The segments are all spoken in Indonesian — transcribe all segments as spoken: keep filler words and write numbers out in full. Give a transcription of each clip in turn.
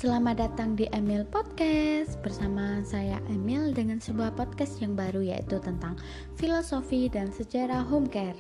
Selamat datang di Emil Podcast. Bersama saya Emil dengan sebuah podcast yang baru, yaitu tentang filosofi dan sejarah home care.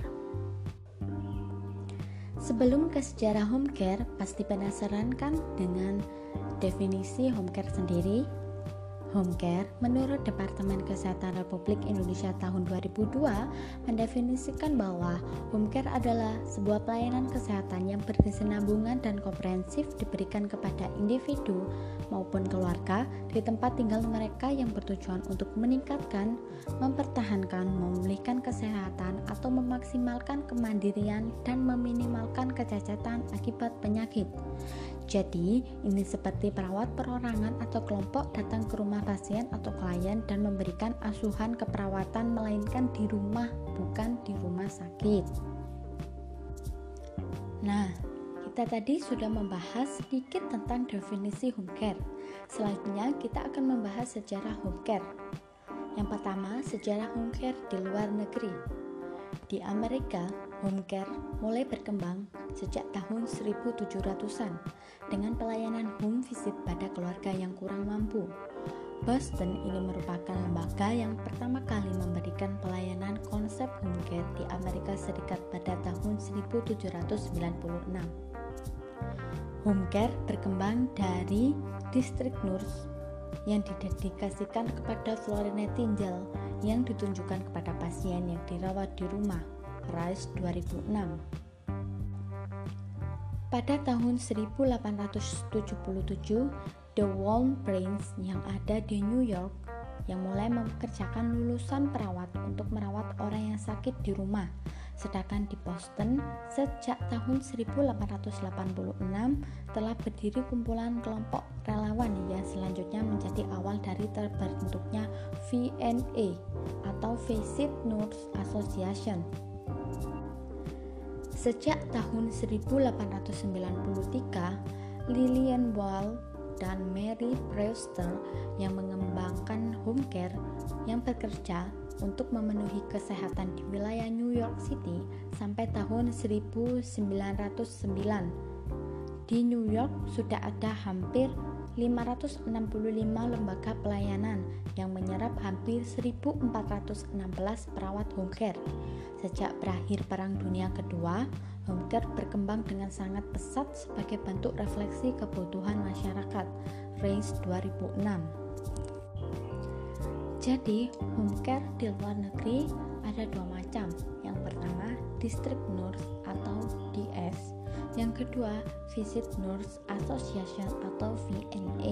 Sebelum ke sejarah home care, pasti penasaran kan dengan definisi home care sendiri? Home care menurut Departemen Kesehatan Republik Indonesia tahun dua ribu dua mendefinisikan bahwa home care adalah sebuah pelayanan kesehatan yang berkesinambungan dan komprehensif diberikan kepada individu maupun keluarga di tempat tinggal mereka yang bertujuan untuk meningkatkan, mempertahankan, memulihkan kesehatan atau memaksimalkan kemandirian dan meminimalkan kecacatan akibat penyakit. Jadi, ini seperti perawat perorangan atau kelompok datang ke rumah pasien atau klien dan memberikan asuhan keperawatan, melainkan di rumah, bukan di rumah sakit. Nah, kita tadi sudah membahas sedikit tentang definisi home care. Selanjutnya, kita akan membahas sejarah home care. Yang pertama, sejarah home care di luar negeri. Di Amerika, home care mulai berkembang sejak tahun seribu tujuh ratusan dengan pelayanan home visit pada keluarga yang kurang mampu. Boston ini merupakan lembaga yang pertama kali memberikan pelayanan konsep home care di Amerika Serikat pada tahun seribu tujuh ratus sembilan puluh enam. Home care berkembang dari distrik nurse yang didedikasikan kepada Florence Nightingale yang ditunjukkan kepada pasien yang dirawat di rumah, Rice dua ribu enam. Pada tahun seribu delapan ratus tujuh puluh tujuh, The Walgreens yang ada di New York yang mulai mempekerjakan lulusan perawat untuk merawat orang yang sakit di rumah. Sedangkan di Boston, sejak tahun seribu delapan ratus delapan puluh enam telah berdiri kumpulan kelompok relawan yang selanjutnya menjadi awal dari terbentuknya V N A atau Visit Nurse Association. Sejak tahun seribu delapan ratus sembilan puluh tiga, Lillian Wall dan Mary Brewster yang mengembangkan home care yang bekerja untuk memenuhi kesehatan di wilayah New York City sampai tahun seribu sembilan ratus sembilan. Di New York sudah ada hampir lima ratus enam puluh lima lembaga pelayanan yang menyerap hampir seribu empat ratus enam belas perawat home care. Sejak berakhir Perang Dunia Kedua, home care berkembang dengan sangat pesat sebagai bentuk refleksi kebutuhan masyarakat. Rice dua ribu enam. Jadi, home care di luar negeri ada dua macam. Yang pertama, District Nurse atau D S. Yang kedua, Visit Nurse Association atau V N A.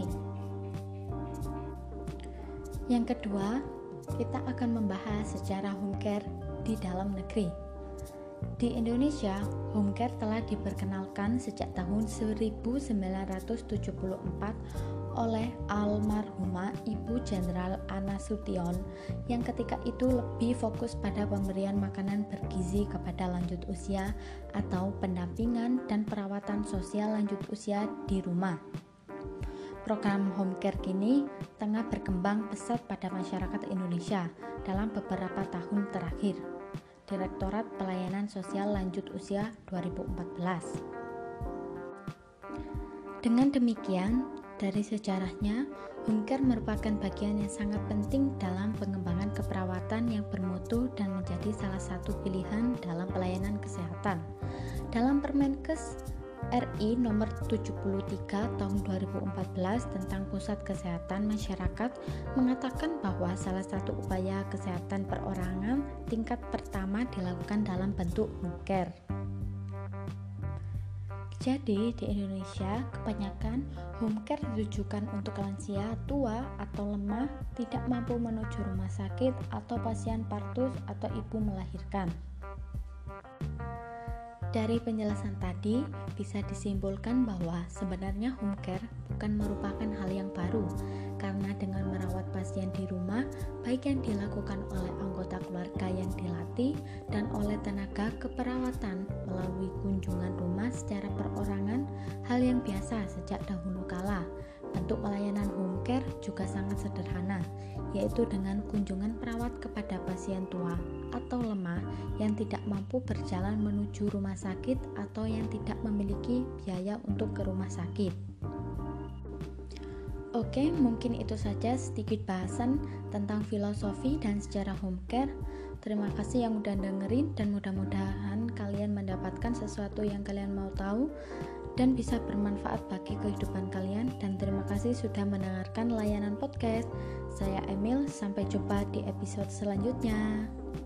Yang kedua, kita akan membahas sejarah home care di dalam negeri. Di Indonesia, home care telah diperkenalkan sejak tahun seribu sembilan ratus tujuh puluh empat oleh almarhumah Ibu Jenderal Anna Sution yang ketika itu lebih fokus pada pemberian makanan bergizi kepada lanjut usia atau pendampingan dan perawatan sosial lanjut usia di rumah. Program home care kini tengah berkembang pesat pada masyarakat Indonesia dalam beberapa tahun terakhir. Direktorat Pelayanan Sosial Lanjut Usia dua ribu empat belas. Dengan demikian, dari sejarahnya, home care merupakan bagian yang sangat penting dalam pengembangan keperawatan yang bermutu dan menjadi salah satu pilihan dalam pelayanan kesehatan. Dalam Permenkes R I nomor tujuh puluh tiga tahun dua ribu empat belas tentang Pusat Kesehatan Masyarakat mengatakan bahwa salah satu upaya kesehatan perorangan tingkat pertama dilakukan dalam bentuk home care. Jadi di Indonesia kebanyakan home care ditujukan untuk lansia, tua atau lemah, tidak mampu menuju rumah sakit atau pasien partus atau ibu melahirkan. Dari penjelasan tadi, bisa disimpulkan bahwa sebenarnya home care bukan merupakan hal yang baru, karena dengan merawat pasien di rumah, baik yang dilakukan oleh anggota keluarga yang dilatih dan oleh tenaga keperawatan melalui kunjungan rumah secara perorangan, hal yang biasa sejak dahulu kala. Bentuk pelayanan home care juga sangat sederhana, yaitu dengan kunjungan perawat kepada pasien tua atau lemah yang tidak mampu berjalan menuju rumah sakit atau yang tidak memiliki biaya untuk ke rumah sakit. Oke, mungkin itu saja sedikit bahasan tentang filosofi dan sejarah home care. Terima kasih yang udah dengerin dan mudah-mudahan kalian mendapatkan sesuatu yang kalian mau tahu dan bisa bermanfaat bagi kehidupan kalian. Dan terima kasih sudah mendengarkan layanan podcast. Saya Emil, sampai jumpa di episode selanjutnya.